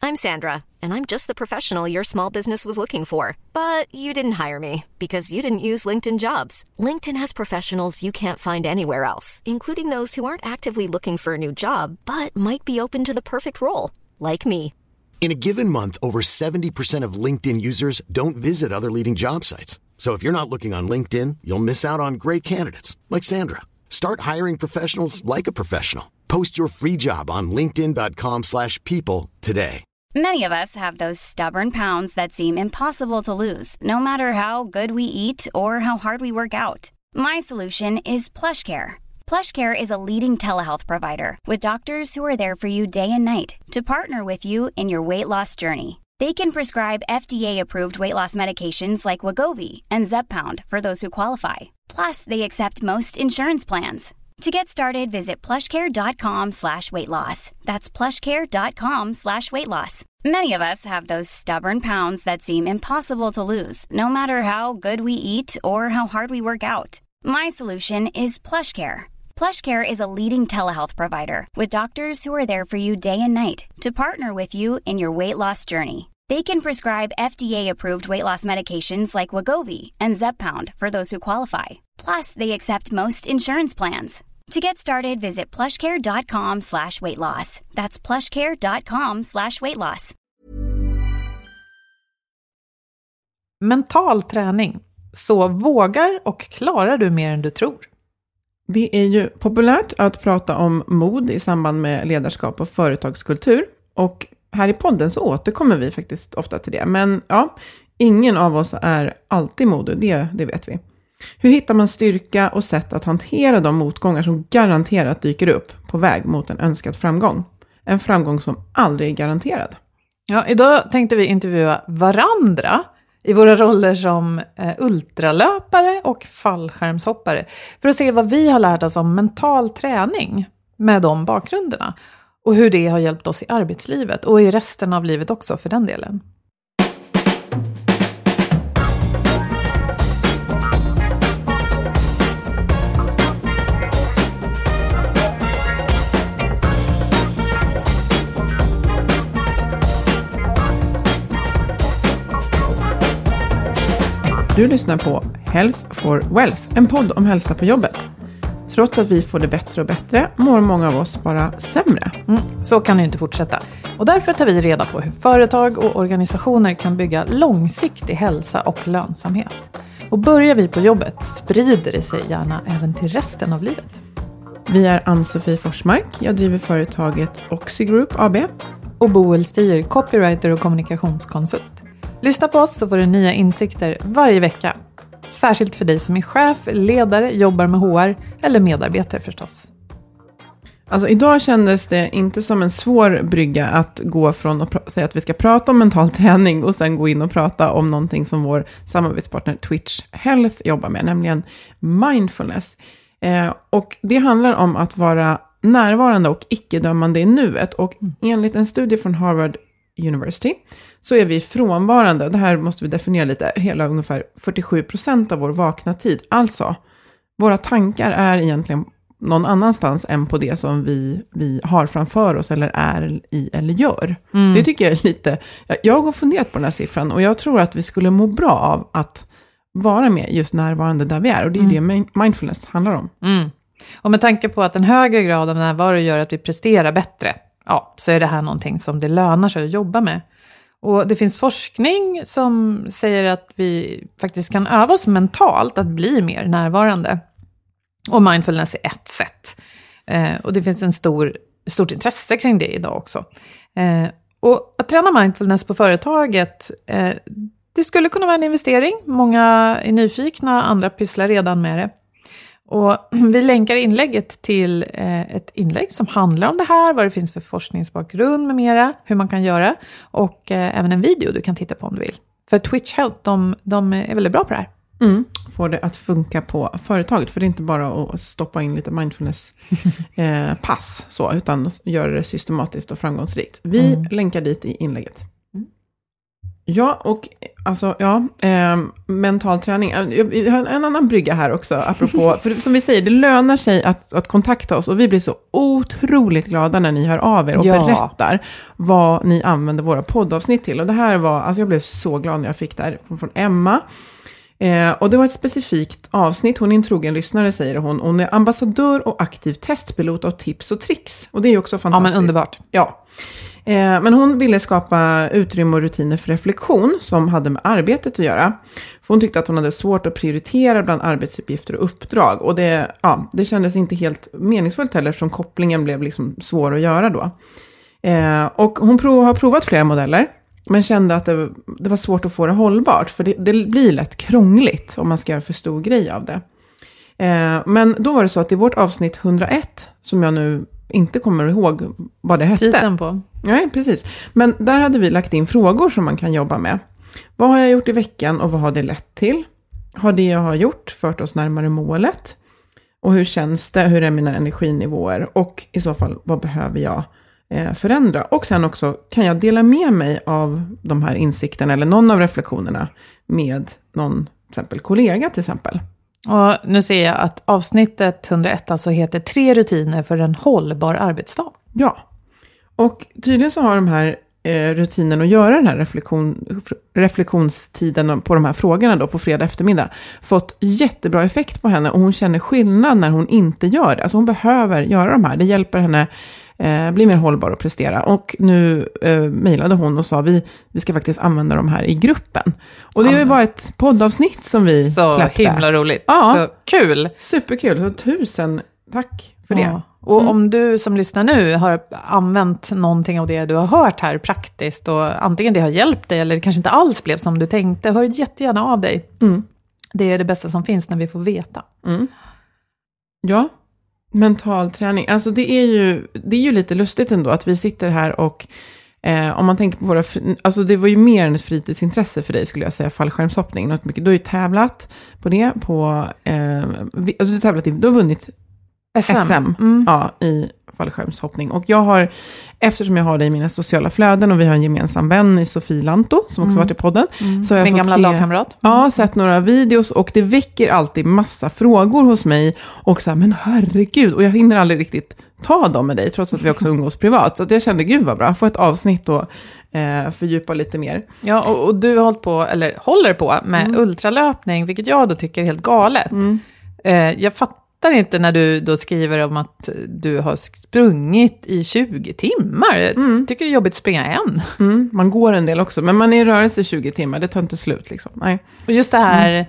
I'm Sandra, and I'm just the professional your small business was looking for. But you didn't hire me because you didn't use LinkedIn Jobs. LinkedIn has professionals you can't find anywhere else, including those who aren't actively looking for a new job, but might be open to the perfect role, like me. In a given month, over 70% of LinkedIn users don't visit other leading job sites. So if you're not looking on LinkedIn, you'll miss out on great candidates like Sandra. Start hiring professionals like a professional. Post your free job on linkedin.com/people today. Many of us have those stubborn pounds that seem impossible to lose, no matter how good we eat or how hard we work out. My solution is PlushCare. PlushCare is a leading telehealth provider with doctors who are there for you day and night to partner with you in your weight loss journey. They can prescribe FDA-approved weight loss medications like Wegovy and Zepbound for those who qualify. Plus, they accept most insurance plans. To get started, visit plushcare.com/weightloss. That's plushcare.com/weightloss. Many of us have those stubborn pounds that seem impossible to lose, no matter how good we eat or how hard we work out. My solution is PlushCare. PlushCare is a leading telehealth provider with doctors who are there for you day and night to partner with you in your weight loss journey. They can prescribe FDA-approved weight loss medications like Wegovy and Zepbound for those who qualify. Plus, they accept most insurance plans. To get started, visit plushcare.com/weightloss. That's plushcare.com/weightloss. Mental träning. Så vågar och klarar du mer än du tror. Det är ju populärt att prata om mod i samband med ledarskap och företagskultur. Och här i podden så återkommer vi faktiskt ofta till det. Men ja, ingen av oss är alltid modig, det vet vi. Hur hittar man styrka och sätt att hantera de motgångar som garanterat dyker upp på väg mot en önskad framgång? En framgång som aldrig är garanterad. Ja, idag tänkte vi intervjua varandra i våra roller som ultralöpare och fallskärmshoppare för att se vad vi har lärt oss om mental träning med de bakgrunderna och hur det har hjälpt oss i arbetslivet och i resten av livet också för den delen. Du lyssnar på Health for Wealth, en podd om hälsa på jobbet. Trots att vi får det bättre och bättre mår många av oss bara sämre. Så kan det ju inte fortsätta. Och därför tar vi reda på hur företag och organisationer kan bygga långsiktig hälsa och lönsamhet. Och börjar vi på jobbet sprider det sig gärna även till resten av livet. Vi är Ann-Sofie Forsmark, jag driver företaget Oxigroup AB. Och Boel Stier, copywriter och kommunikationskonsult. Lyssna på oss så får du nya insikter varje vecka. Särskilt för dig som är chef, ledare, jobbar med HR eller medarbetare förstås. Alltså idag kändes det inte som en svår brygga att gå från att säga att vi ska prata om mental träning och sen gå in och prata om någonting som vår samarbetspartner Twitch Health jobbar med, nämligen mindfulness. Och det handlar om att vara närvarande och icke-dömande i nuet. Och enligt en studie från Harvard University så är vi frånvarande, det här måste vi definiera lite, hela ungefär 47% av vår vakna tid. Alltså, våra tankar är egentligen någon annanstans än på det som vi har framför oss eller är i eller gör. Det tycker jag är lite, jag har funderat på den här siffran och jag tror att vi skulle må bra av att vara med just närvarande där vi är. Och det är det mindfulness handlar om. Och med tanke på att en högre grad av närvaro gör att vi presterar bättre, ja, så är det här någonting som det lönar sig att jobba med. Och det finns forskning som säger att vi faktiskt kan öva oss mentalt att bli mer närvarande. Och mindfulness är ett sätt. Och det finns stort intresse kring det idag också. Och att träna mindfulness på företaget, det skulle kunna vara en investering. Många är nyfikna, andra pysslar redan med det. Och vi länkar inlägget till ett inlägg som handlar om det här, vad det finns för forskningsbakgrund med mera, hur man kan göra och även en video du kan titta på om du vill. För Twitch Health, de är väldigt bra på det här. Får det att funka på företaget, för det är inte bara att stoppa in lite mindfulness pass så, utan göra det systematiskt och framgångsrikt. Vi länkar dit i inlägget. Ja, och alltså, mental träning. Vi har en annan brygga här också, apropå, för som vi säger, det lönar sig att kontakta oss, och vi blir så otroligt glada när ni hör av er och berättar vad ni använder våra poddavsnitt till. Och det här var, alltså jag blev så glad när jag fick det här från Emma. Och det var ett specifikt avsnitt. Hon är en trogen lyssnare, säger hon. Hon är ambassadör och aktiv testpilot av tips och tricks. Och det är ju också fantastiskt. Ja, men underbart. Ja. Men hon ville skapa utrymme och rutiner för reflektion som hade med arbetet att göra. För hon tyckte att hon hade svårt att prioritera bland arbetsuppgifter och uppdrag. Och det kändes inte helt meningsfullt heller, eftersom kopplingen blev liksom svår att göra då. Och hon har provat flera modeller. Men kände att det var svårt att få det hållbart. För det blir lätt krångligt om man ska göra för stor grej av det. Men då var det så att i vårt avsnitt 101, som jag nu inte kommer ihåg vad det hette. Titeln på. Nej, precis. Men där hade vi lagt in frågor som man kan jobba med. Vad har jag gjort i veckan och vad har det lett till? Har det jag har gjort fört oss närmare målet? Och hur känns det? Hur är mina energinivåer? Och i så fall, vad behöver jag förändra? Och sen också, kan jag dela med mig av de här insikterna eller någon av reflektionerna med någon, till exempel kollega till exempel. Och nu ser jag att avsnittet 101 alltså heter 3 rutiner för en hållbar arbetsdag. Ja, och tydligen så har de här rutinen att göra den här reflektionstiden på de här frågorna då på fredag eftermiddag fått jättebra effekt på henne, och hon känner skillnad när hon inte gör det. Alltså hon behöver göra de här, det hjälper henne bli mer hållbar och prestera. Och nu mejlade hon och sa vi ska faktiskt använda de här i gruppen. Och det var ett poddavsnitt som vi släppte. Så himla roligt. Ja. Så kul. Superkul. Så 1000 tack för det. Och om du som lyssnar nu har använt någonting av det du har hört här praktiskt, och antingen det har hjälpt dig eller det kanske inte alls blev som du tänkte, hör jättegärna av dig. Det är det bästa som finns när vi får veta. Ja. Mental träning, alltså det är ju lite lustigt ändå att vi sitter här och om man tänker på alltså det var ju mer än ett fritidsintresse för dig, skulle jag säga, fallskärmshoppning. Något mycket. Du har ju tävlat på det, alltså du har vunnit SM i fallskärmshoppning. Och jag har, eftersom jag har det i mina sociala flöden och vi har en gemensam vän i Sofie Lanto som också varit i podden. Så har jag min gamla lagkamrat. Ja, sett några videos, och det väcker alltid massa frågor hos mig. Och så här, men herregud, och jag hinner aldrig riktigt ta dem med dig trots att vi också umgås privat. Så att jag kände, gud vad bra, få ett avsnitt och fördjupa lite mer. Ja, och du håller på med ultralöpning, vilket jag då tycker är helt galet. Jag fattar inte när du då skriver om att du har sprungit i 20 timmar. Jag tycker det är jobbigt att springa en. Man går en del också, men man är i rörelse i 20 timmar. Det tar inte slut liksom. Nej. Och just det här,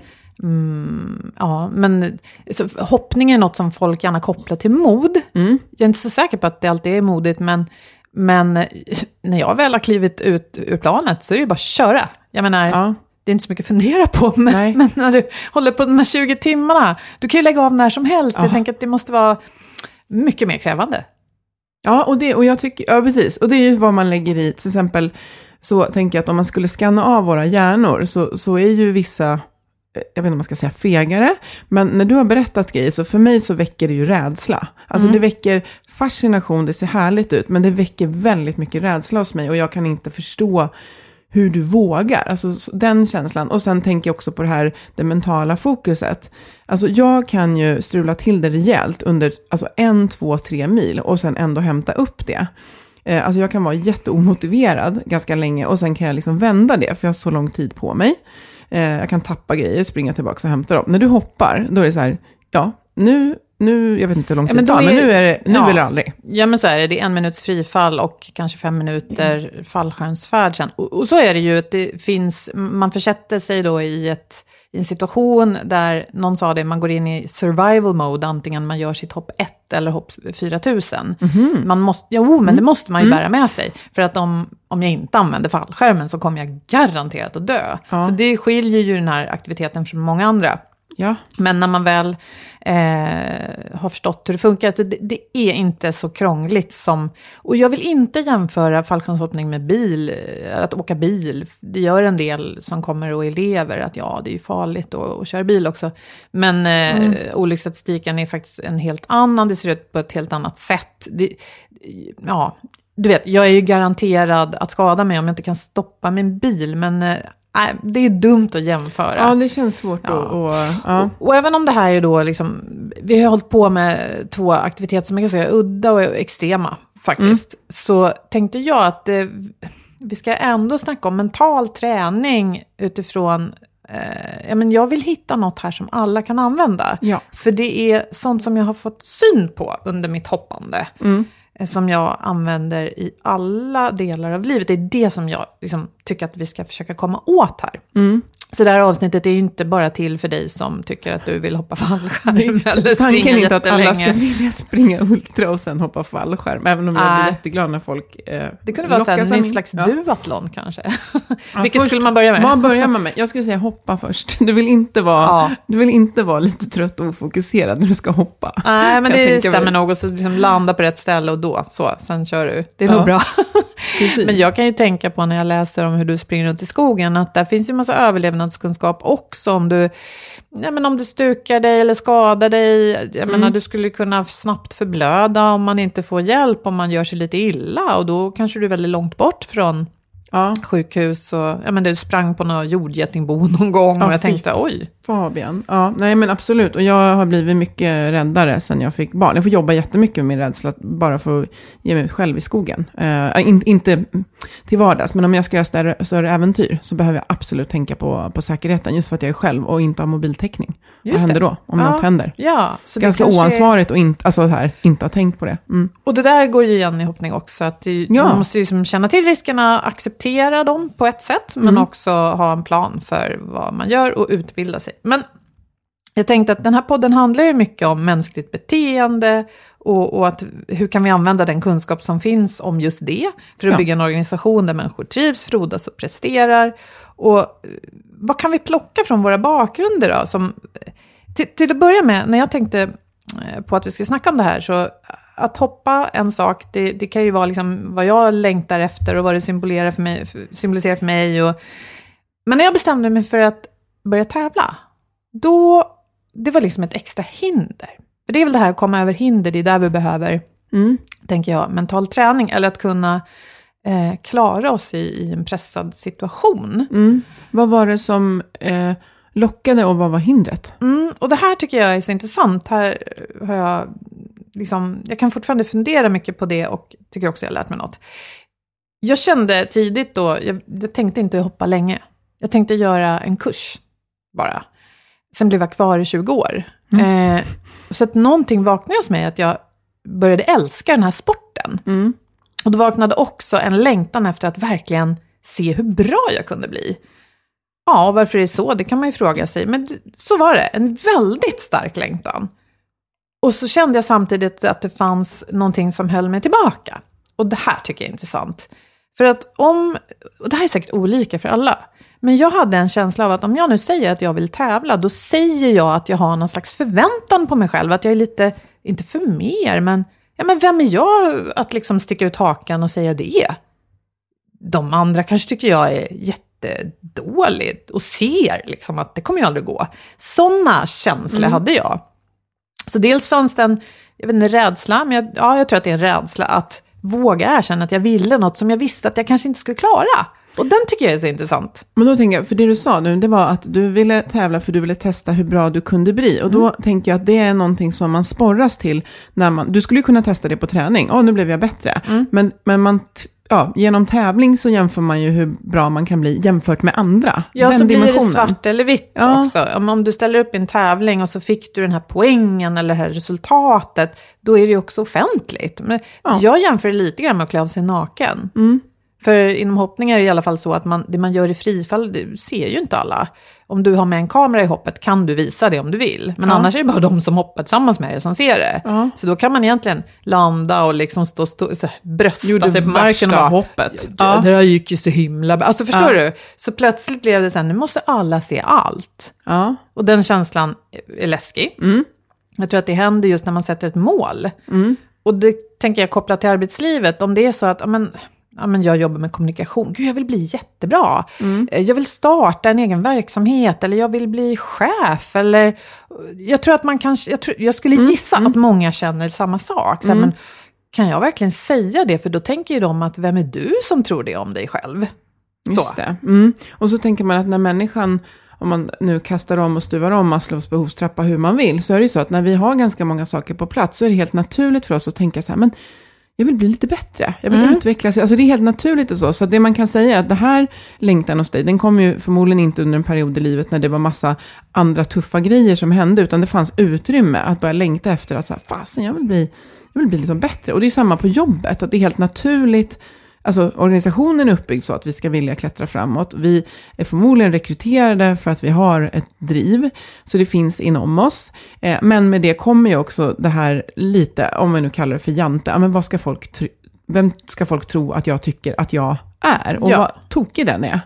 men så, hoppning är något som folk gärna kopplar till mod. Jag är inte så säker på att det alltid är modigt, men när jag väl har klivit ut ur planet så är det bara att köra. Jag menar... Det är inte så mycket att fundera på, men när du håller på de här 20 timmarna, du kan ju lägga av när som helst. Jag tänker att det måste vara mycket mer krävande. Ja, och jag tycker, precis. Och det är ju vad man lägger i. Till exempel så tänker jag att om man skulle skanna av våra hjärnor så är ju vissa, jag vet inte om man ska säga fegare, men när du har berättat grejer så för mig så väcker det ju rädsla. Alltså det väcker fascination, det ser härligt ut, men det väcker väldigt mycket rädsla hos mig, och jag kan inte förstå hur du vågar, alltså den känslan. Och sen tänker jag också på det mentala fokuset. Alltså jag kan ju strula till det rejält under 1, 2, 3 mil och sen ändå hämta upp det. Alltså jag kan vara jätteomotiverad ganska länge och sen kan jag liksom vända det, för jag har så lång tid på mig. Jag kan tappa grejer, springa tillbaka och hämta dem. När du hoppar, då är det så här, nu, jag vet inte hur lång tid det tar, men nu är det eller aldrig. Ja, men så är det. Det är 1 minuts frifall och kanske 5 minuter fallskärmsfärd sen. Och så är det ju att det finns, man försätter sig då i en situation där någon sa det, man går in i survival mode, antingen man gör sitt hopp 1 eller hopp 4000. Man måste, men det måste man ju bära med sig. För att om jag inte använder fallskärmen så kommer jag garanterat att dö. Så det skiljer ju den här aktiviteten från många andra. Ja. Men när man väl har förstått hur det funkar, det är inte så krångligt som... Och jag vill inte jämföra fallskärmshoppning med bil, att åka bil. Det gör en del som kommer och elever att det är ju farligt att köra bil också. Men olycksstatistiken är faktiskt en helt annan, det ser ut på ett helt annat sätt. du vet, jag är ju garanterad att skada mig om jag inte kan stoppa min bil, men det är dumt att jämföra. Ja, det känns svårt och även om det här är då liksom, vi har hållit på med 2 aktiviteter som är ganska udda och extrema faktiskt, så tänkte jag att vi ska ändå snacka om mental träning utifrån jag vill hitta något här som alla kan använda. Ja. För det är sånt som jag har fått syn på under mitt hoppande. Som jag använder i alla delar av livet. Det är det som jag liksom tycker att vi ska försöka komma åt här. Så det här avsnittet är ju inte bara till för dig som tycker att du vill hoppa fallskärm eller springa tanken är inte att jättelänge. alla ska vilja springa ultra och sen hoppa fallskärm. Även om jag blir jätteglad när folk det kunde vara en slags duathlon kanske. Vilket skulle man börja med? Vad börjar man med? Jag skulle säga hoppa först. Du vill inte vara lite trött och ofokuserad när du ska hoppa. Nej, men det stämmer nog. Och så liksom landa på rätt ställe och sen kör du. Det är nog bra. Men jag kan ju tänka på när jag läser om hur du springer runt i skogen att där finns ju massa överlevnadskunskap också om du stukar dig eller skadar dig. Jag menar, du skulle kunna snabbt förblöda om man inte får hjälp, om man gör sig lite illa, och då kanske du är väldigt långt bort från sjukhus och du sprang på någon jordgetingbo någon gång och jag tänkte oj. Fabian. Ja, nej men absolut. Och jag har blivit mycket räddare sen jag fick barn. Jag får jobba jättemycket med min rädsla bara för att ge mig ut själv i skogen. Inte till vardags, men om jag ska göra större äventyr så behöver jag absolut tänka på säkerheten, just för att jag är själv och inte har mobiltäckning. Vad händer då om något händer? Ja, så ganska oansvarigt och inte ha tänkt på det. Och det där går ju igen i hoppning också. Att man måste ju känna till riskerna, acceptera dem på ett sätt, men också ha en plan för vad man gör och utbilda sig. Men jag tänkte att den här podden handlar ju mycket om mänskligt beteende och att hur kan vi använda den kunskap som finns om just det för att bygga en organisation där människor trivs, frodas och presterar. Och vad kan vi plocka från våra bakgrunder då? Som, till att börja med, när jag tänkte på att vi ska snacka om det här, så att hoppa en sak, det kan ju vara liksom vad jag längtar efter och vad det symboliserar för mig. Men när jag bestämde mig för att börja tävla, det var liksom ett extra hinder. För det är väl det här att komma över hinder, det är där vi behöver, tänker jag, mental träning. Eller att kunna klara oss i en pressad situation. Vad var det som lockade och vad var hindret? Och det här tycker jag är så intressant. Här har jag kan fortfarande fundera mycket på det och tycker också jag har lärt mig något. Jag kände tidigt då, jag tänkte inte hoppa länge. Jag tänkte göra en kurs bara. Sen blev jag kvar i 20 år. Så att någonting vaknade hos mig att jag började älska den här sporten. Och då vaknade också en längtan efter att verkligen se hur bra jag kunde bli. Ja, varför det är så, det kan man ju fråga sig. Men så var det, en väldigt stark längtan. Och så kände jag samtidigt att det fanns någonting som höll mig tillbaka. Och det här tycker jag är intressant. För att och det här är säkert olika för alla. Men jag hade en känsla av att om jag nu säger att jag vill tävla, då säger jag att jag har någon slags förväntan på mig själv. Att jag är lite, inte för mer, men vem är jag att liksom sticka ut hakan och säga det? De andra kanske tycker jag är jättedåligt och ser liksom att det kommer ju aldrig gå. Sådana känslor hade jag. Så dels fanns det en rädsla, men jag tror att det är en rädsla att våga erkänna att jag ville något som jag visste att jag kanske inte skulle klara. Och den tycker jag är så intressant. Men då tänker jag, för det du sa nu, det var att du ville tävla för du ville testa hur bra du kunde bli. Och då tänker jag att det är någonting som man sporras till när du skulle ju kunna testa det på träning. Nu blev jag bättre. Men man genom tävling så jämför man ju hur bra man kan bli jämfört med andra. Ja, den så blir det svart eller vitt också. Om du ställer upp i en tävling och så fick du den här poängen eller det här resultatet, då är det ju också offentligt. Men jag jämför lite grann med att klä av sig naken. För inom hoppning är det i alla fall så att det man gör i frifall, det ser ju inte alla. Om du har med en kamera i hoppet kan du visa det om du vill. Men annars är det bara de som hoppar tillsammans med dig som ser det. Så då kan man egentligen landa och liksom stå brösta sig på marken och bara, hoppet. Det där gick ju så himla bra. Alltså förstår du? Så plötsligt blev det så här, nu måste alla se allt. Och den känslan är läskig. Jag tror att det händer just när man sätter ett mål. Och det tänker jag koppla till arbetslivet. Om det är så att men jag jobbar med kommunikation. Gud, jag vill bli jättebra. Jag vill starta en egen verksamhet. Eller jag vill bli chef. Eller jag tror att man kanske... Jag skulle gissa att många känner samma sak. Så här, men kan jag verkligen säga det? För då tänker ju de att vem är du som tror det om dig själv? Just det. Och så tänker man att när människan, om man nu kastar om och stuvar om Maslows behovstrappa hur man vill, så är det ju så att när vi har ganska många saker på plats så är det helt naturligt för oss att tänka så här, men jag vill bli lite bättre, jag vill utvecklas. Alltså det är helt naturligt och så. Så det man kan säga är att det här längtan hos dig, den kom ju förmodligen inte under en period i livet när det var massa andra tuffa grejer som hände, utan det fanns utrymme att börja längta efter att så här, fasen, jag vill bli lite bättre. Och det är samma på jobbet, att det är helt naturligt. Alltså organisationen är uppbyggd så att vi ska vilja klättra framåt. Vi är förmodligen rekryterade för att vi har ett driv. Så det finns inom oss. Men med det kommer ju också det här lite, om vi nu kallar det för jante. Men vem ska folk tro att jag tycker att jag är? Och vad tokig den är.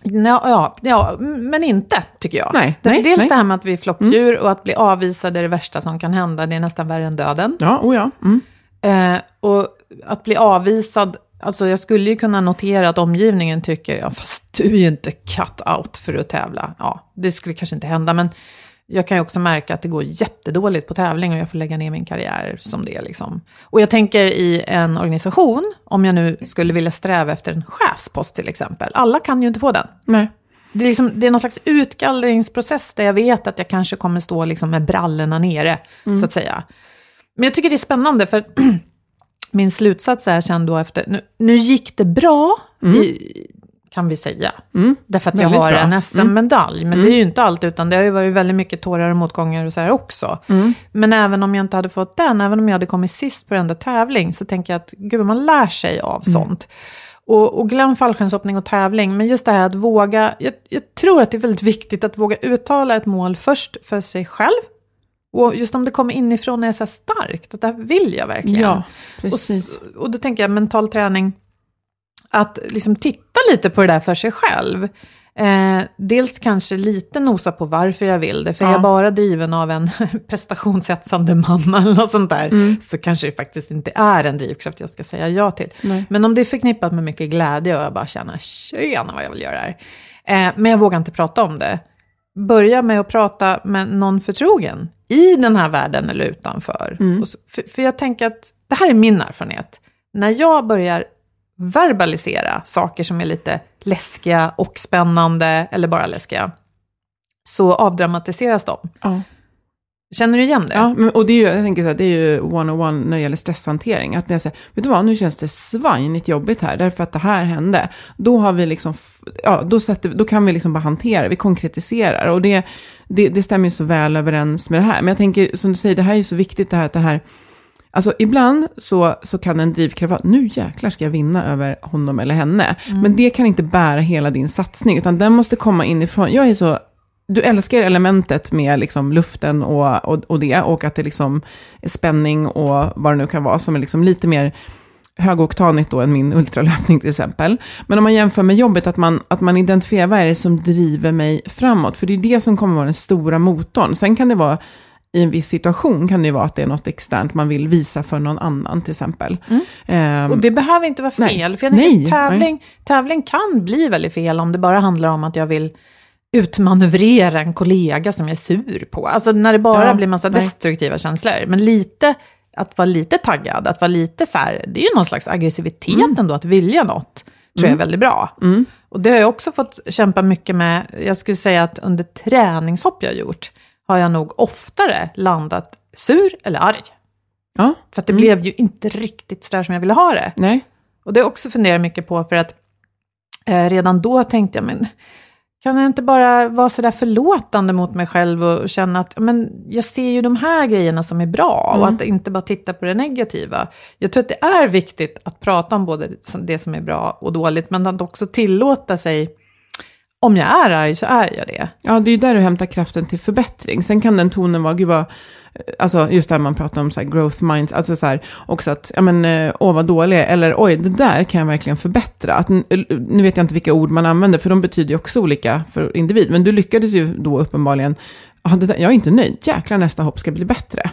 Ja, men inte, tycker jag. Nej. Det här med att vi är flockdjur och att bli avvisade är det värsta som kan hända. Det är nästan värre än döden. Ja. Och att bli avvisad, alltså jag skulle ju kunna notera att omgivningen tycker, fast du är ju inte cut out för att tävla. Ja, det skulle kanske inte hända, men jag kan ju också märka att det går jättedåligt på tävling och jag får lägga ner min karriär som det liksom. Och jag tänker i en organisation, om jag nu skulle vilja sträva efter en chefspost till exempel. Alla kan ju inte få den. Nej. Det är någon slags utgallringsprocess där jag vet att jag kanske kommer stå liksom med brallorna nere, så att säga. Men jag tycker det är spännande för min slutsats är sen då efter, nu gick det bra, kan vi säga. Därför att jag har en SM-medalj. Men det är ju inte allt, utan det har ju varit väldigt mycket tårar och motgångar och så här också. Men även om jag inte hade fått den, även om jag hade kommit sist på den där tävling, så tänker jag att gud, man lär sig av sånt. Och glöm fallskärmshoppning och tävling. Men just det här att våga, jag tror att det är väldigt viktigt att våga uttala ett mål först för sig själv. Och just om det kommer inifrån är så här starkt, att det här vill jag verkligen. Ja, precis. Och då tänker jag mental träning, att liksom titta lite på det där för sig själv. Dels kanske lite nosa på varför jag vill det. För är jag bara driven av en prestationshetsande mamma eller något sånt där, så kanske det faktiskt inte är en drivkraft jag ska säga ja till. Nej. Men om det är förknippat med mycket glädje och jag bara känner, tjena vad jag vill göra här. Men jag vågar inte prata om det. Börja med att prata med någon förtrogen i den här världen eller utanför. För jag tänker att det här är min erfarenhet. När jag börjar verbalisera saker som är lite läskiga och spännande eller bara läskiga, så avdramatiseras de. Ja. Känner du igen det? Ja, och det är ju, jag tänker så här, det är ju 101 när det gäller stresshantering. Att när jag säger, vet du vad, nu känns det svinigt jobbigt här, därför att det här hände. Då har vi liksom, då kan vi liksom bara hantera, vi konkretiserar. Och det stämmer ju så väl överens med det här. Men jag tänker, som du säger, det här är ju så viktigt det här. Alltså ibland så kan en drivkraft vara, nu jäklar ska jag vinna över honom eller henne. Men det kan inte bära hela din satsning, utan den måste komma inifrån. Du älskar elementet med liksom luften och det, och att det liksom är spänning och vad det nu kan vara som är liksom lite mer högoktanigt då än min ultralöpning till exempel. Men om man jämför med jobbet, att man identifierar vad är det som driver mig framåt, för det är det som kommer vara den stora motorn. Sen kan det vara, i en viss situation kan det ju vara att det är något externt man vill visa för någon annan till exempel. Och det behöver inte vara fel. Nej. För jag tänker, tävling kan bli väldigt fel om det bara handlar om att jag vill utmanövrera en kollega som jag är sur på. Alltså när det bara blir massa destruktiva känslor. Men att vara lite taggad, att vara lite så här, det är ju någon slags aggressivitet ändå, att vilja något, tror jag är väldigt bra. Och det har jag också fått kämpa mycket med. Jag skulle säga att under träningshopp jag har gjort, har jag nog oftare landat sur eller arg. Ja. För att det blev ju inte riktigt så där som jag ville ha det. Nej. Och det har jag också funderat mycket på, för att redan då tänkte jag, men kan jag inte bara vara så där förlåtande mot mig själv och känna att jag ser ju de här grejerna som är bra, och att inte bara titta på det negativa. Jag tror att det är viktigt att prata om både det som är bra och dåligt, men att också tillåta sig, om jag är arg så är jag det. Ja, det är ju där du hämtar kraften till förbättring. Sen kan den tonen vara, gud vad, alltså just där man pratar om så här growth minds, alltså så här också att, vad dålig, eller oj, det där kan jag verkligen förbättra. Att, nu vet jag inte vilka ord man använder, för de betyder ju också olika för individ, men du lyckades ju då uppenbarligen, jag är inte nöjd, jäklar nästa hopp ska bli bättre.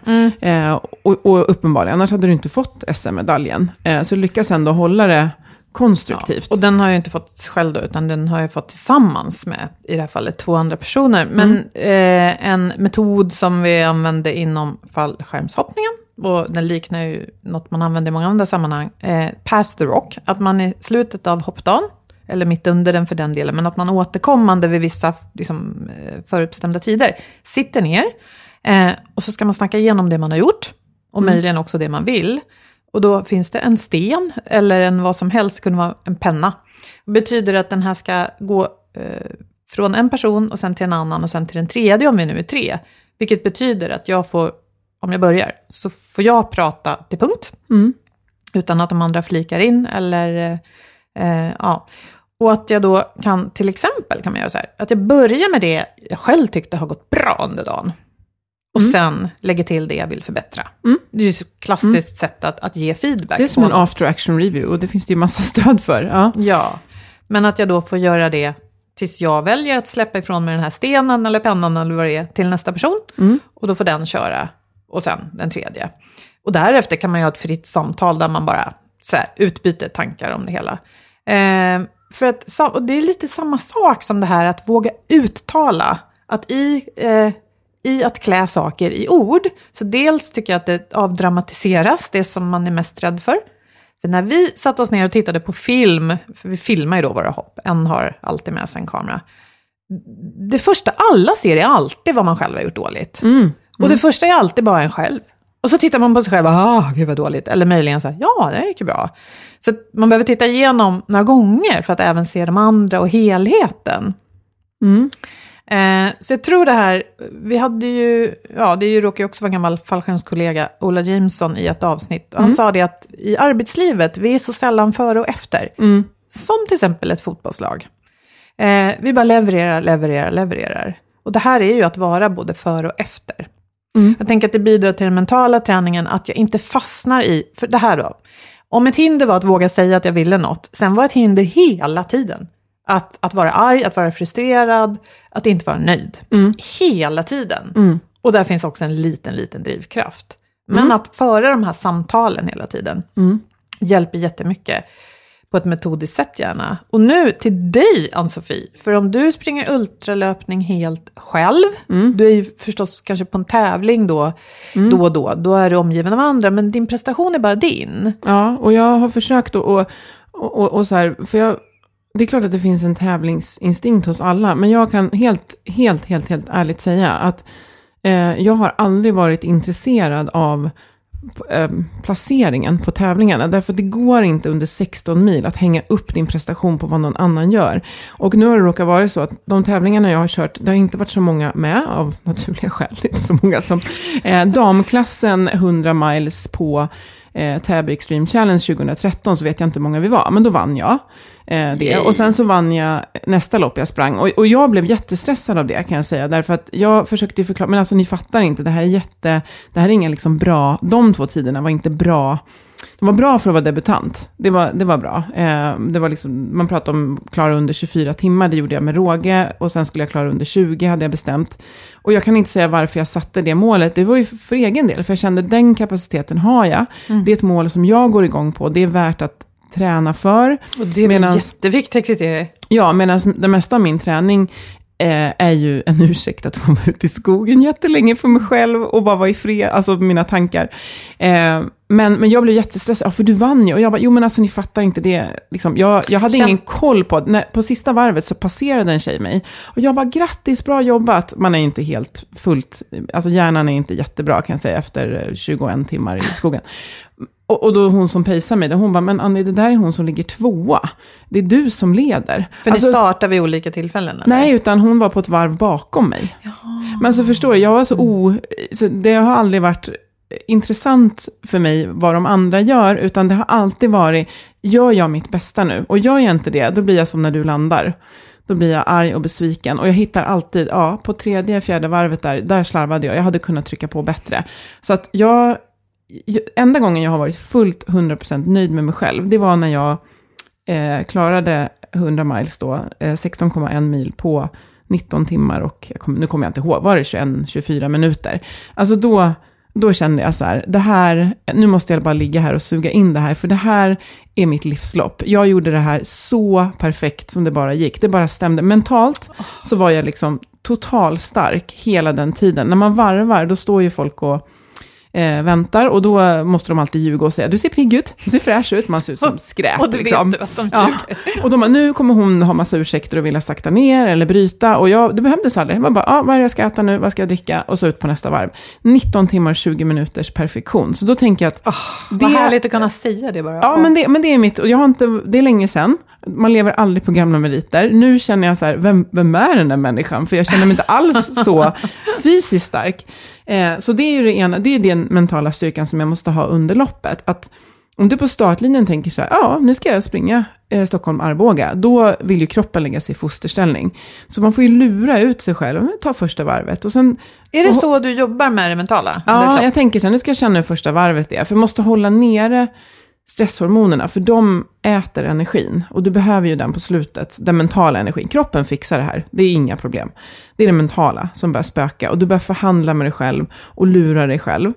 Och uppenbarligen, annars hade du inte fått SM-medaljen. Så lyckas ändå hålla det konstruktivt. Ja, och den har jag inte fått själv då, utan den har jag fått tillsammans med, i det här fallet, 2 andra personer. Men en metod som vi använde inom fallskärmshoppningen och den liknar ju något man använder i många andra sammanhang, pass the rock, att man i slutet av hoppdagen, eller mitt under den för den delen, men att man återkommande vid vissa liksom, förutbestämda tider sitter ner och så ska man snacka igenom det man har gjort och möjligen också det man vill. Och då finns det en sten eller en vad som helst, kunde vara en penna. Det betyder att den här ska gå från en person och sen till en annan och sen till den tredje om vi nu är 3. Vilket betyder att jag får, om jag börjar, så får jag prata till punkt. Utan att de andra flikar in eller ja. Och att jag då kan, till exempel kan man göra så här, att jag börjar med det jag själv tyckte har gått bra under dagen. Och sen lägger till det jag vill förbättra. Det är ju ett klassiskt sätt att ge feedback. Det är som en after action review och det finns det ju massa stöd för. Ja, men att jag då får göra det tills jag väljer att släppa ifrån mig den här stenen eller pennan eller vad det är till nästa person. Och då får den köra och sen den tredje. Och därefter kan man ju ha ett fritt samtal där man bara så här, utbyter tankar om det hela. För att, och det är lite samma sak som det här att våga uttala. Att i att klä saker i ord. Så dels tycker jag att det avdramatiseras, det som man är mest rädd för. För när vi satt oss ner och tittade på film, för vi filmar ju då våra hopp, en har alltid med sig en kamera. Det första alla ser är alltid vad man själv har gjort dåligt. Och det första är alltid bara en själv. Och så tittar man på sig själv, gud vad dåligt. Eller möjligen så här, ja det gick ju bra. Så att man behöver titta igenom några gånger för att även se de andra och helheten. Så jag tror det här, vi hade ju, det råkar ju också vara en gammal fallskärmskollega, Ola Jameson, i ett avsnitt. Och han sa det att i arbetslivet, vi är så sällan före och efter. Som till exempel ett fotbollslag. Vi bara levererar. Och det här är ju att vara både före och efter. Jag tänker att det bidrar till den mentala träningen att jag inte fastnar i, för det här då. Om ett hinder var att våga säga att jag ville något, sen var ett hinder hela tiden. Att vara arg, att vara frustrerad, att inte vara nöjd. Hela tiden. Och där finns också en liten drivkraft. Men att föra de här samtalen hela tiden hjälper jättemycket på ett metodiskt sätt gärna. Och nu till dig, Ann-Sofie. För om du springer ultralöpning helt själv, du är ju förstås kanske på en tävling då och då är du omgiven av andra, men din prestation är bara din. Ja, och jag har försökt och så här, för det är klart att det finns en tävlingsinstinkt hos alla, men jag kan helt ärligt säga att jag har aldrig varit intresserad av placeringen på tävlingarna, därför att det går inte under 16 mil att hänga upp din prestation på vad någon annan gör. Och nu har det råkat vara så att de tävlingarna jag har kört, det har inte varit så många med av naturliga skäl, inte så många som damklassen 100 miles på Täby Extreme Challenge 2013, så vet jag inte hur många vi var, men då vann jag det. Och sen så vann jag nästa lopp jag sprang, och jag blev jättestressad av det, kan jag säga, därför att jag försökte förklara, men alltså ni fattar inte, det här är inga liksom bra, de 2 tiderna var inte bra. De var bra för att vara debutant. Det var bra. Det var liksom, man pratade om klara under 24 timmar. Det gjorde jag med råge. Och sen skulle jag klara under 20, hade jag bestämt. Och jag kan inte säga varför jag satte det målet. Det var ju för egen del. För jag kände den kapaciteten har jag. Det är ett mål som jag går igång på. Det är värt att träna för. Och det är jätteviktigt kriterier. Ja, medan det mesta av min träning är ju en ursäkt att få vara ute i skogen jättelänge för mig själv och bara vara i fred, alltså mina tankar. Men jag blev jättestressad, för du vann ju. Och jag bara, men alltså ni fattar inte det. Liksom, jag hade ingen koll på, på sista varvet så passerade en tjej mig. Och jag bara, grattis, bra jobbat. Man är ju inte helt fullt, alltså hjärnan är inte jättebra kan jag säga efter 21 timmar i skogen. Och då hon som pejsar mig, hon bara, men Annie, det där är hon som ligger 2. Det är du som leder. För ni startar vid olika tillfällen? Eller? Nej, utan hon var på ett varv bakom mig. Jaha. Men så förstår jag var så det har aldrig varit intressant för mig vad de andra gör, utan det har alltid varit, gör jag mitt bästa nu? Och gör jag inte det, då blir jag som när du landar. Då blir jag arg och besviken. Och jag hittar alltid, på 3:e, 4:e varvet där slarvade jag. Jag hade kunnat trycka på bättre. Så att enda gången jag har varit fullt 100% nöjd med mig själv, det var när jag klarade 100 miles då, 16,1 mil på 19 timmar och nu kommer jag inte ihåg, var det 21-24 minuter. Alltså då kände jag så här, det här, nu måste jag bara ligga här och suga in det här, för det här är mitt livslopp. Jag gjorde det här så perfekt som det bara gick. Det bara stämde. Mentalt så var jag liksom total stark hela den tiden. När man varvar, då står ju folk och väntar. Och då måste de alltid ljuga och säga, du ser pigg ut, du ser fräsch ut. Man ser ut som skräp. Och det liksom. vet du att de ljuger. Och de bara, nu kommer hon ha massa ursäkter och vilja sakta ner eller bryta. Och det behövdes aldrig. Man bara, vad är det jag ska äta nu? Vad ska jag dricka? Och så ut på nästa varv. 19 timmar, 20 minuters perfektion. Så då tänker jag att... det är härligt att kunna säga det bara. Ja, men det är mitt... Och jag har inte... Det är länge sedan. Man lever aldrig på gamla meriter. Nu känner jag så här, vem är den där människan? För jag känner mig inte alls så fysiskt stark. Så det är ju det ena, det är den mentala styrkan som jag måste ha under loppet. Att om du på startlinjen tänker så här, nu ska jag springa Stockholm-Arboga, då vill ju kroppen lägga sig i fosterställning. Så man får ju lura ut sig själv, ta första varvet. Och sen, är det så du jobbar med det mentala? Ja, jag tänker så här, nu ska jag känna hur första varvet är. För jag måste hålla nere stresshormonerna, för de äter energin. Och du behöver ju den på slutet, den mentala energin. Kroppen fixar det här, det är inga problem. Det är det mentala som börjar spöka. Och du börjar förhandla med dig själv och lura dig själv.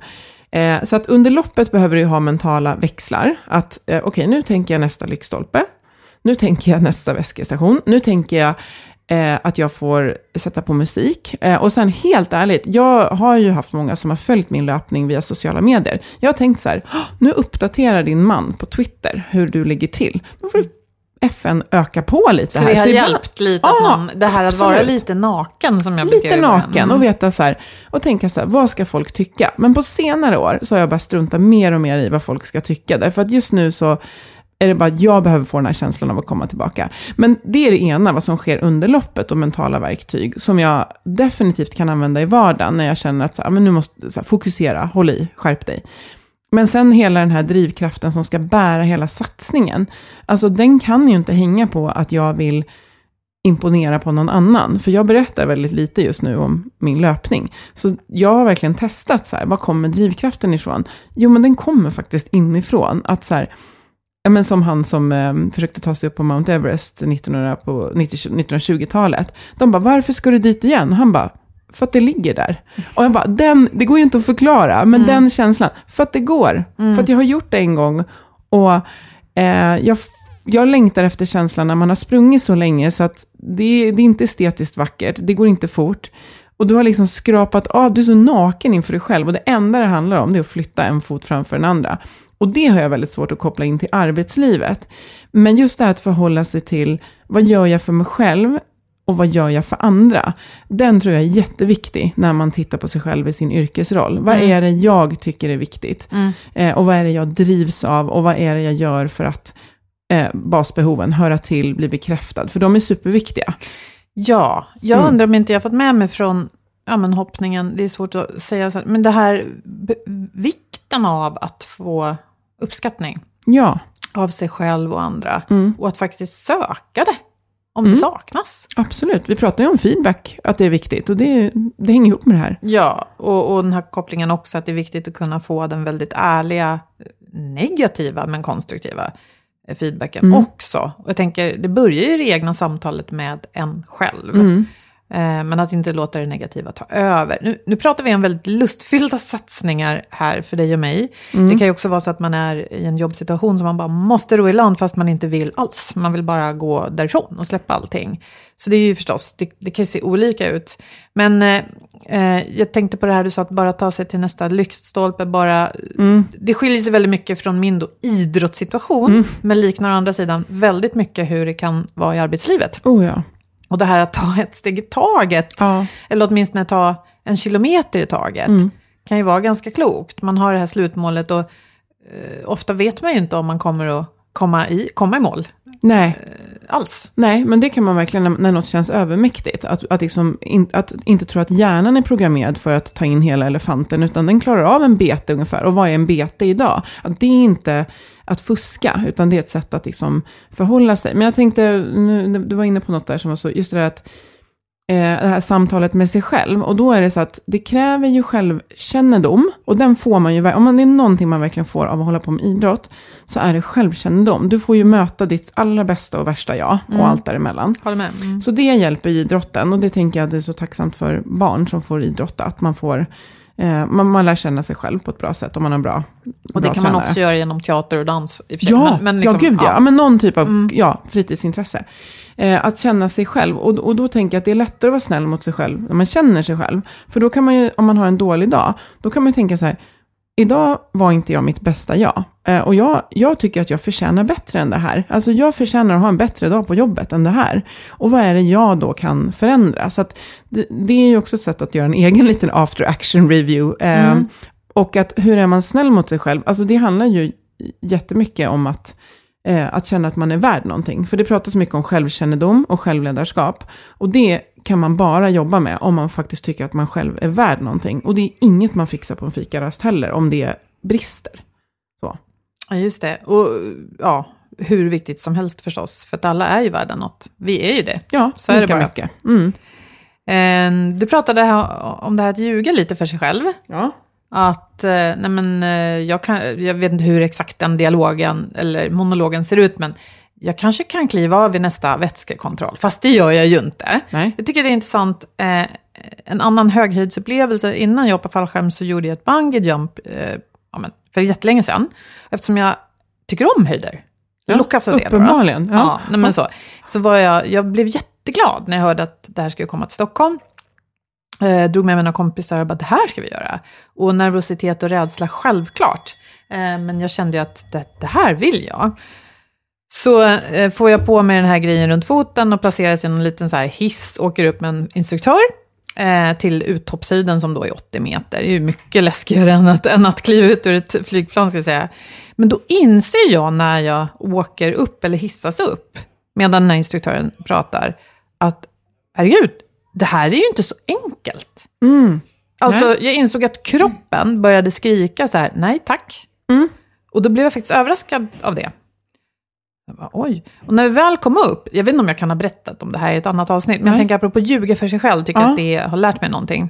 Så att under loppet behöver du ha mentala växlar. Att okej, nu tänker jag nästa lyktstolpe. Nu tänker jag nästa väskestation. Nu tänker jag att jag får sätta på musik. Och sen helt ärligt, jag har ju haft många som har följt min löpning via sociala medier. Jag har tänkt så här, nu uppdaterar din man på Twitter hur du ligger till. Då får du FN öka på lite så här. Det har hjälpt lite att det här absolut. Att vara lite naken som jag brukar lite naken och veta så här, och tänka så här, vad ska folk tycka? Men på senare år så har jag bara struntat mer och mer i vad folk ska tycka. Därför att just nu så är det bara att jag behöver få den här känslan av att komma tillbaka. Men det är det ena, vad som sker under loppet och mentala verktyg som jag definitivt kan använda i vardagen när jag känner att men nu måste så här, fokusera, håll i, skärp dig. Men sen hela den här drivkraften som ska bära hela satsningen, alltså den kan ju inte hänga på att jag vill imponera på någon annan. För jag berättar väldigt lite just nu om min löpning. Så jag har verkligen testat så här, var kommer drivkraften ifrån? Jo, men den kommer faktiskt inifrån. Att så här, men som han som försökte ta sig upp på Mount Everest på 1920-talet. De bara, varför ska du dit igen? Han bara, för att det ligger där. Och jag bara, det går ju inte att förklara, men den känslan, för att det går. För att jag har gjort det en gång. Och jag längtar efter känslan när man har sprungit så länge så att det är inte estetiskt vackert, det går inte fort. Och du har liksom skrapat av, du är så naken inför dig själv. Och det enda det handlar om det är att flytta en fot framför den andra. Och det har jag väldigt svårt att koppla in till arbetslivet. Men just det här att förhålla sig till, vad gör jag för mig själv och vad gör jag för andra? Den tror jag är jätteviktig när man tittar på sig själv i sin yrkesroll. Vad är det jag tycker är viktigt? Och vad är det jag drivs av? Och vad är det jag gör för att basbehoven höra till, bli bekräftad? För de är superviktiga. Ja, jag undrar om inte jag fått med mig från hoppningen, det är svårt att säga så, men det här vikten av att få uppskattning av sig själv och andra och att faktiskt söka det om det saknas. Absolut, vi pratar ju om feedback, att det är viktigt och det hänger ihop med det här. Ja, och den här kopplingen också att det är viktigt att kunna få den väldigt ärliga, negativa men konstruktiva feedbacken också. Och jag tänker, det börjar ju det egna samtalet med en själv. Men att inte låta det negativa ta över. Nu pratar vi om väldigt lustfyllda satsningar här för dig och mig. Det kan ju också vara så att man är i en jobbsituation som man bara måste ro i land fast man inte vill alls. Man vill bara gå därifrån och släppa allting. Så det är ju förstås, det kan se olika ut. Men jag tänkte på det här du sa, att bara ta sig till nästa lyktstolpe. Det skiljer sig väldigt mycket från min idrottssituation. Men liknar å andra sidan väldigt mycket hur det kan vara i arbetslivet. Oh ja. Och det här att ta ett steg i taget, eller åtminstone ta en kilometer i taget, kan ju vara ganska klokt. Man har det här slutmålet och ofta vet man ju inte om man kommer att komma i mål. Nej. Alls. Nej, men det kan man verkligen när något känns övermäktigt. Att inte tro att hjärnan är programmerad för att ta in hela elefanten, utan den klarar av en bete ungefär. Och vad är en bete idag? Att det är inte att fuska, utan det är ett sätt att liksom förhålla sig. Men jag tänkte, du var inne på något där som var så, just det där att det här samtalet med sig själv. Och då är det så att det kräver ju självkännedom. Och den får man ju, om det är någonting man verkligen får av att hålla på med idrott, så är det självkännedom. Du får ju möta ditt allra bästa och värsta jag och allt däremellan. Håller med. Så det hjälper idrotten. Och det tänker jag, det är så tacksamt för barn som får idrotta. Att man får, man lär känna sig själv på ett bra sätt om man har bra och det kan tränare. Man också göra genom teater och dans i och för sig. Ja, men liksom, gud ja. Men någon typ av fritidsintresse. Att känna sig själv. Och då tänker jag att det är lättare att vara snäll mot sig själv när man känner sig själv. För då kan man ju, om man har en dålig dag, då kan man ju tänka så här, idag var inte jag mitt bästa jag. Och jag tycker att jag förtjänar bättre än det här. Alltså jag förtjänar att ha en bättre dag på jobbet än det här. Och vad är det jag då kan förändra? Så att det är ju också ett sätt att göra en egen liten after action review. Och att hur är man snäll mot sig själv? Alltså det handlar ju jättemycket om att känna att man är värd någonting. För det pratas mycket om självkännedom och självledarskap. Och det kan man bara jobba med om man faktiskt tycker att man själv är värd någonting. Och det är inget man fixar på en fikarast heller om det brister. Så. Ja, just det. Och ja, hur viktigt som helst förstås. För att alla är ju värda något. Vi är ju det. Ja, så är det bara. Mycket. Du pratade om det här att ljuga lite för sig själv. Ja. Att, jag vet inte hur exakt den dialogen eller monologen ser ut, men jag kanske kan kliva av vid nästa vätskekontroll. Fast det gör jag ju inte. Nej. Jag tycker det är intressant. En annan höghöjdsupplevelse. Innan jag hoppade fallskärm så gjorde jag ett bungee jump för jättelänge sedan. Eftersom jag tycker om höjder. Jag lockas av det. Uppenbarligen. Så var jag blev jätteglad när jag hörde att det här skulle komma till Stockholm. Drog med mina kompisar och bara, det här ska vi göra. Och nervositet och rädsla, självklart. Men jag kände ju att det här vill jag. Så får jag på mig den här grejen runt foten och placeras i en liten så här hiss. Åker upp med en instruktör till uttoppshöjden som då är 80 meter. Det är ju mycket läskigare än att kliva ut ur ett flygplan, ska jag säga. Men då inser jag när jag åker upp eller hissas upp, medan den här instruktören pratar, att herregud, det här är ju inte så enkelt. Alltså, jag insåg att kroppen började skrika så här, nej tack. Och då blev jag faktiskt överraskad av det. Jag bara, oj. Och när vi väl kom upp, jag vet inte om jag kan ha berättat om det här i ett annat avsnitt, men jag tänker apropå ljuga för sig själv, tycker att det har lärt mig någonting.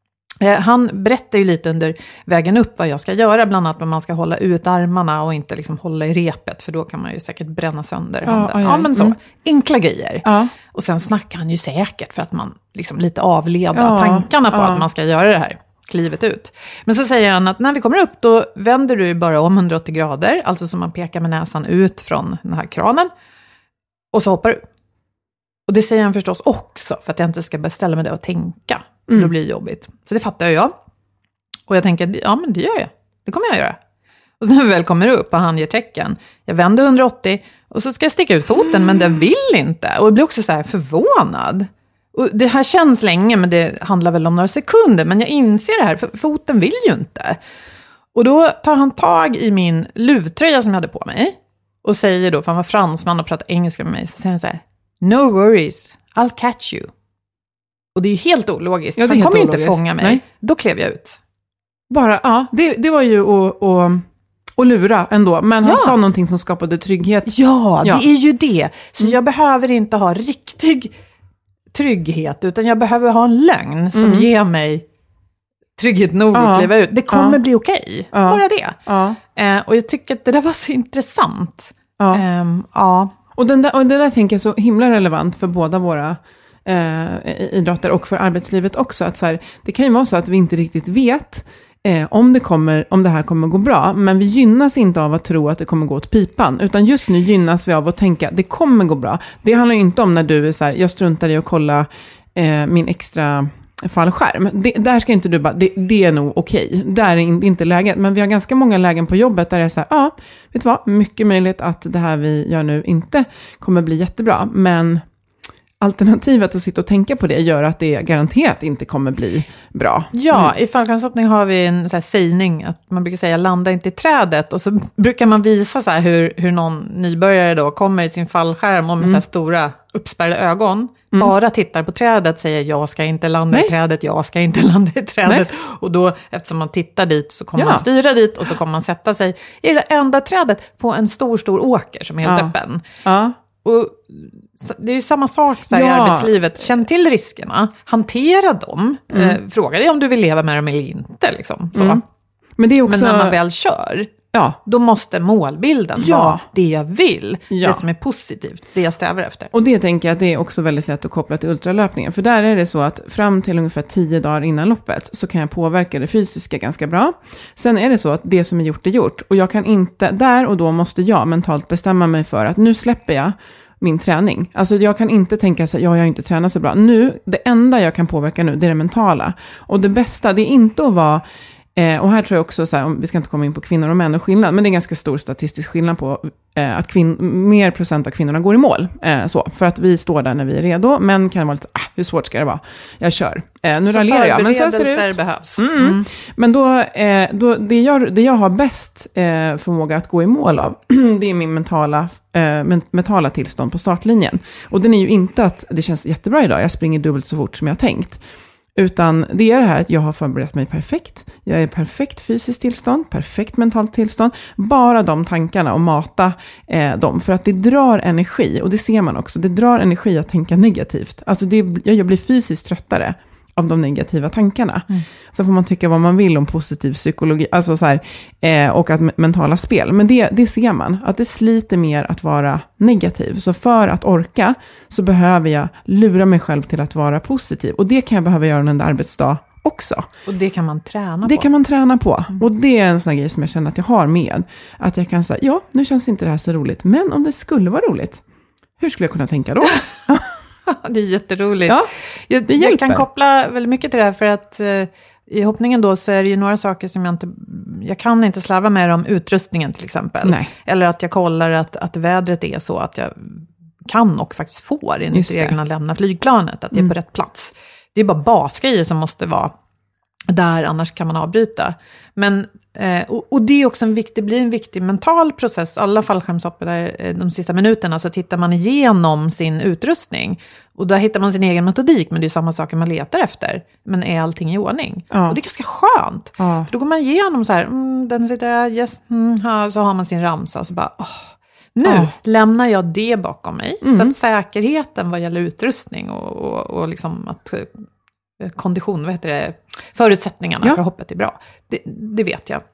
Han berättar ju lite under vägen upp vad jag ska göra, bland annat att man ska hålla ut armarna och inte liksom hålla i repet, för då kan man ju säkert bränna sönder handen. Så, enkla grejer. Och sen snackar han ju säkert för att man liksom lite avleder tankarna på att man ska göra det här klivet ut. Men så säger han att när vi kommer upp, då vänder du bara om 180 grader, alltså som man pekar med näsan ut från den här kranen, och så hoppar du. Och det säger han förstås också för att jag inte ska beställa med det och tänka. För då blir det jobbigt. Så det fattar jag. Och jag tänker, ja men det gör jag. Det kommer jag göra. Och så när vi väl kommer upp och han ger tecken. Jag vänder 180 och så ska jag sticka ut foten, men den vill inte. Och jag blir också så här förvånad. Och det här känns länge, men det handlar väl om några sekunder. Men jag inser det här, för foten vill ju inte. Och då tar han tag i min luvtröja som jag hade på mig. Och säger då, för han var fransman och pratade engelska med mig. Så säger han så här, no worries, I'll catch you. Och det är ju helt ologiskt. Han kommer inte fånga mig. Nej. Då klev jag ut. Bara, det var ju att lura ändå. Men han sa någonting som skapade trygghet. Ja, det är ju det. Så jag behöver inte ha riktig trygghet, utan jag behöver ha en lögn som ger mig trygghet nog att kliva ut. Det kommer bli okej. Bara det. Och jag tycker att det där var så intressant. Och det där tänker jag så himla relevant för båda våra idrotter och för arbetslivet också. Att så här, det kan ju vara så att vi inte riktigt vet om det här kommer gå bra, men vi gynnas inte av att tro att det kommer gå åt pipan, utan just nu gynnas vi av att tänka det kommer gå bra. Det handlar ju inte om när du är så här, jag struntar i att kolla min extra fallskärm. Där ska inte du bara, det är nog okej. Där är inte läget, men vi har ganska många lägen på jobbet där det är så här, vet du vad, mycket möjligt att det här vi gör nu inte kommer bli jättebra, men alternativet att sitta och tänka på det gör att det garanterat inte kommer bli bra. Ja, i fallskärmshoppning har vi en så här sägning att man brukar säga landa inte i trädet, och så brukar man visa så här hur någon nybörjare då kommer i sin fallskärm och med så här stora uppspärrade ögon bara tittar på trädet och säger jag ska inte landa i trädet, jag ska inte landa i trädet. Och då, eftersom man tittar dit, så kommer man styra dit och så kommer man sätta sig i det enda trädet på en stor åker som är helt öppen. Och det är ju samma sak så här i arbetslivet. Känn till riskerna, hantera dem, fråga dig om du vill leva med dem eller inte. Liksom. Så. Men när man väl kör, då måste målbilden vara det jag vill, det som är positivt, det jag strävar efter. Och det tänker jag att det är också väldigt lätt att koppla till ultralöpningen. För där är det så att fram till ungefär 10 dagar innan loppet så kan jag påverka det fysiska ganska bra. Sen är det så att det som är gjort. Och jag kan inte, där och då måste jag mentalt bestämma mig för att nu släpper jag min träning. Alltså jag kan inte tänka så här, jag har inte tränat så bra. Nu, det enda jag kan påverka nu, det är det mentala. Och det bästa, det är inte att vara Och här tror jag också, så här, vi ska inte komma in på kvinnor och män och skillnad, men det är en ganska stor statistisk skillnad på att mer procent av kvinnorna går i mål. För att vi står där när vi är redo, men kan vara lite, hur svårt ska det vara? Jag kör. Nu raljerar jag, men så ser det ut. Behövs. Men då det jag har bäst förmåga att gå i mål av, det är min mentala tillstånd på startlinjen. Och den är ju inte att det känns jättebra idag, jag springer dubbelt så fort som jag tänkt. Utan det är det här att jag har förberett mig perfekt. Jag är perfekt fysiskt tillstånd, perfekt mentalt tillstånd. Bara de tankarna och mata dem. För att det drar energi, och det ser man också. Det drar energi att tänka negativt. Alltså jag blir fysiskt tröttare av de negativa tankarna. Så får man tycka vad man vill om positiv psykologi, alltså så här, och att mentala spel. Men det ser man, att det sliter mer att vara negativ. Så för att orka så behöver jag lura mig själv till att vara positiv. Och det kan jag behöva göra under arbetsdag också. Och det kan man träna på. Det kan man träna på. Och det är en sån här grej som jag känner att jag har med. Att jag kan säga, ja, nu känns inte det här så roligt. Men om det skulle vara roligt, hur skulle jag kunna tänka då? Det är jätteroligt. Ja, jag kan koppla väldigt mycket till det här, för att i hoppningen då så är det ju några saker som jag kan inte slarva med om utrustningen till exempel. Nej. Eller att jag kollar att vädret är så att jag kan och faktiskt får enligt reglerna lämna flygplanet, att det är på rätt plats. Det är bara basgrejer som måste vara där, annars kan man avbryta. Men, och det är också blir en viktig mental process. Alla fallskärmshoppar där de sista minuterna så tittar man igenom sin utrustning. Och där hittar man sin egen metodik, men det är samma saker man letar efter. Men är allting i ordning? Ja. Och det är ganska skönt. Ja. För då går man igenom så här, den sitter där, yes, så har man sin ramsa och så bara, nu lämnar jag det bakom mig. Så att säkerheten vad gäller utrustning och liksom att kondition, förutsättningarna för hoppet är bra. Det vet jag.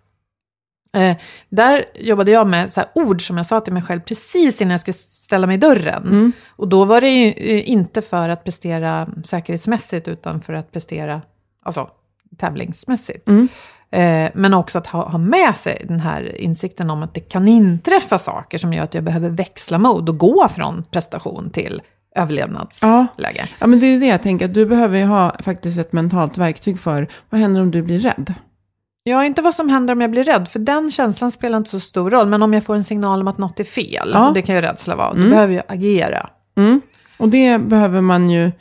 Där jobbade jag med så här ord som jag sa till mig själv precis innan jag skulle ställa mig i dörren. Och då var det ju inte för att prestera säkerhetsmässigt, utan för att prestera tävlingsmässigt. Men också att ha med sig den här insikten om att det kan inträffa saker som gör att jag behöver växla mode och gå från prestation till överlevnadsläge. Ja, men det är det jag tänker, att du behöver ju ha faktiskt ett mentalt verktyg för vad händer om du blir rädd? Ja, inte vad som händer om jag blir rädd, för den känslan spelar inte så stor roll, men om jag får en signal om att något är fel, och det kan ju rädsla vara, då behöver jag agera. Och det behöver man ju,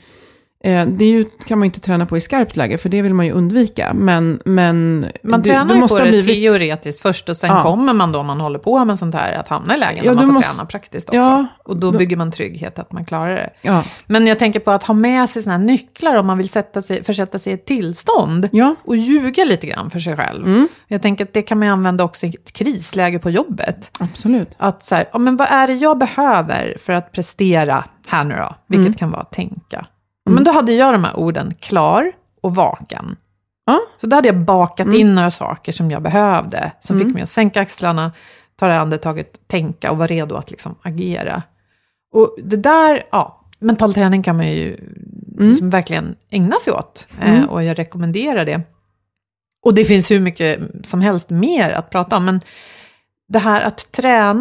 kan man ju inte träna på i skarpt läge, för det vill man ju undvika. Men man tränar ju på det teoretiskt först, och sen kommer man då, om man håller på med sånt här, att hamna i lägen där man får träna praktiskt också. Ja, och då bygger man trygghet att man klarar det. Ja. Men jag tänker på att ha med sig såna här nycklar om man vill försätta sig i ett tillstånd och ljuga lite grann för sig själv. Jag tänker att det kan man använda också i ett krisläge på jobbet. Absolut. Att så här, men vad är det jag behöver för att prestera här nu då? Vilket kan vara att tänka. Men då hade jag de här orden klar och vaken. Så då hade jag bakat in några saker som jag behövde. Som fick mig att sänka axlarna, ta det andetaget, tänka och vara redo att liksom agera. Och det där, mental träning kan man ju liksom verkligen ägna sig åt. Och jag rekommenderar det. Och det finns hur mycket som helst mer att prata om. Men det här att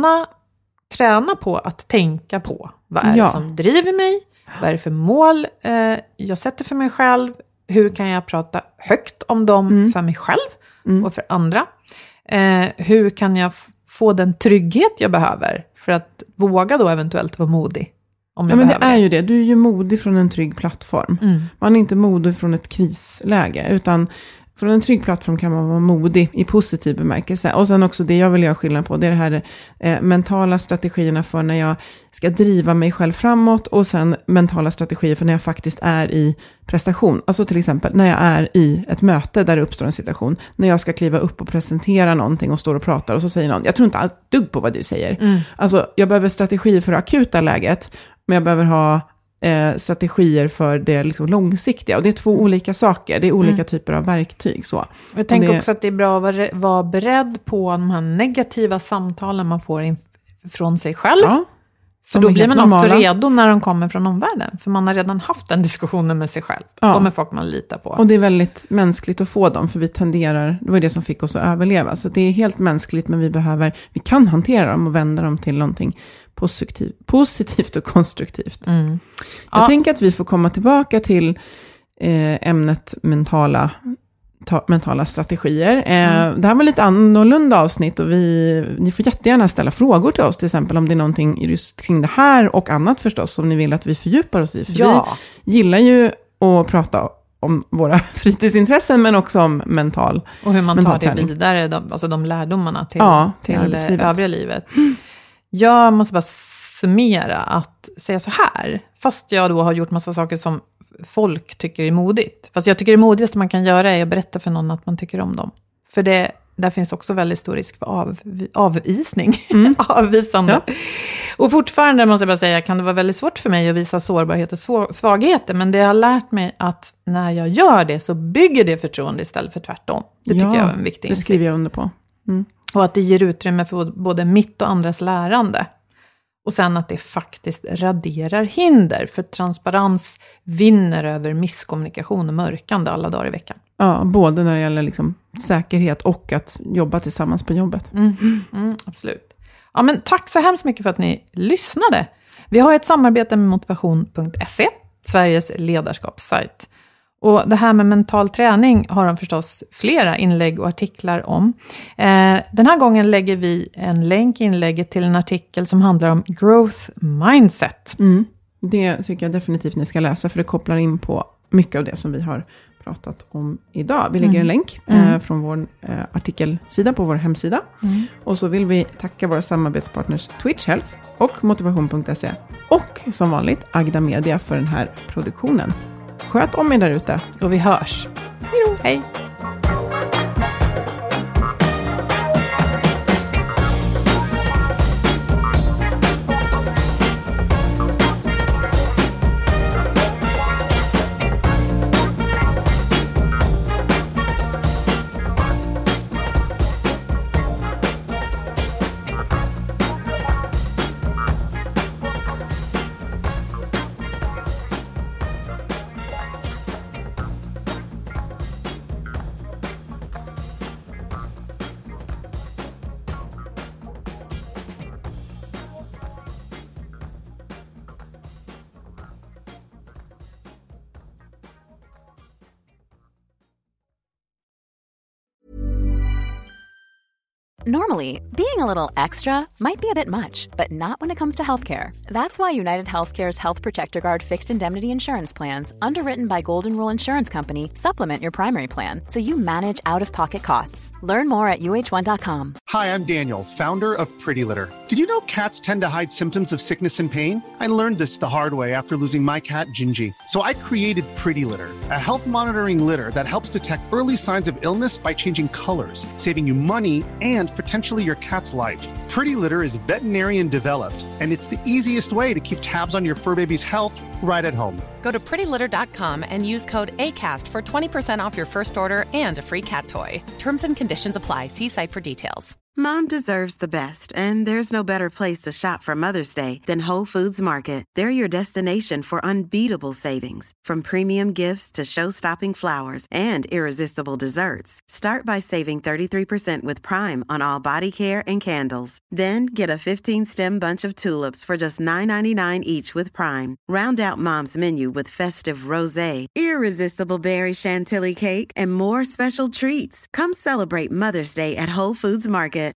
träna på att tänka på. Vad är det som driver mig? Vad är det för mål jag sätter för mig själv? Hur kan jag prata högt om dem för mig själv och för andra? Hur kan jag få den trygghet jag behöver för att våga då eventuellt vara modig? Om jag men det är ju det. Du är ju modig från en trygg plattform. Man är inte modig från ett krisläge, utan från en trygg plattform kan man vara modig i positiv bemärkelse. Och sen också det jag vill göra skillnad på, det är det här mentala strategierna för när jag ska driva mig själv framåt, och sen mentala strategier för när jag faktiskt är i prestation. Alltså till exempel när jag är i ett möte där det uppstår en situation, när jag ska kliva upp och presentera någonting och står och pratar och så säger någon, jag tror inte allt dugg på vad du säger. Alltså jag behöver strategier för det akuta läget, men jag behöver ha strategier för det liksom långsiktiga, och det är två olika saker, det är olika typer av verktyg så. Jag tänker också att det är bra att vara beredd på de här negativa samtalen man får från sig själv, för då blir man också redo när de kommer från omvärlden, för man har redan haft den diskussionen med sig själv och med folk man litar på. Och det är väldigt mänskligt att få dem, för vi tenderar, det var det som fick oss att överleva, så det är helt mänskligt, men vi kan hantera dem och vända dem till någonting positivt och konstruktivt. Jag tänker att vi får komma tillbaka till ämnet mentala mentala strategier. Det här var lite annorlunda avsnitt och ni får jättegärna ställa frågor till oss, till exempel om det är någonting just kring det här och annat förstås som ni vill att vi fördjupar oss i. För vi gillar ju att prata om våra fritidsintressen men också om och hur man tar det vidare, de lärdomarna till övriga livet. Jag måste bara summera att säga så här, fast jag då har gjort massa saker som folk tycker är modigt. Fast jag tycker det modigaste man kan göra är att berätta för någon att man tycker om dem. För där finns också väldigt stor risk för avvisning. Avvisande. Ja. Och fortfarande måste jag bara säga, kan det vara väldigt svårt för mig att visa sårbarhet och svagheter. Men det jag har lärt mig att när jag gör det så bygger det förtroende istället för tvärtom. Det tycker jag är en viktig insikt. Det skriver jag under på. Och att det ger utrymme för både mitt och andras lärande. Och sen att det faktiskt raderar hinder. För transparens vinner över misskommunikation och mörkande alla dagar i veckan. Ja, både när det gäller liksom säkerhet och att jobba tillsammans på jobbet. Absolut. Ja, men tack så hemskt mycket för att ni lyssnade. Vi har ett samarbete med motivation.se, Sveriges ledarskapssajt. Och det här med mental träning har de förstås flera inlägg och artiklar om. Den här gången lägger vi en länk i inlägget till en artikel som handlar om growth mindset. Det tycker jag definitivt ni ska läsa, för det kopplar in på mycket av det som vi har pratat om idag. Vi lägger en länk från vår artikelsida på vår hemsida. Och så vill vi tacka våra samarbetspartners Twitch Health och motivation.se. Och som vanligt Agda Media för den här produktionen. Sköt om er där ute. Och vi hörs. Hej. Normally, being a little extra might be a bit much, but not when it comes to healthcare. That's why United Healthcare's Health Protector Guard fixed indemnity insurance plans, underwritten by Golden Rule Insurance Company, supplement your primary plan so you manage out-of-pocket costs. Learn more at uh1.com. Hi, I'm Daniel, founder of Pretty Litter. Did you know cats tend to hide symptoms of sickness and pain? I learned this the hard way after losing my cat, Gingy. So I created Pretty Litter, a health monitoring litter that helps detect early signs of illness by changing colors, saving you money and potentially your cat's life. Pretty Litter is veterinarian developed, and it's the easiest way to keep tabs on your fur baby's health right at home. Go to prettylitter.com and use code ACAST for 20% off your first order and a free cat toy. Terms and conditions apply. See site for details. Mom deserves the best, and there's no better place to shop for Mother's Day than Whole Foods Market. They're your destination for unbeatable savings, from premium gifts to show-stopping flowers and irresistible desserts. Start by saving 33% with Prime on all body care and candles. Then get a 15-stem bunch of tulips for just $9.99 each with Prime. Round out Mom's menu with festive rosé, irresistible berry chantilly cake, and more special treats. Come celebrate Mother's Day at Whole Foods Market.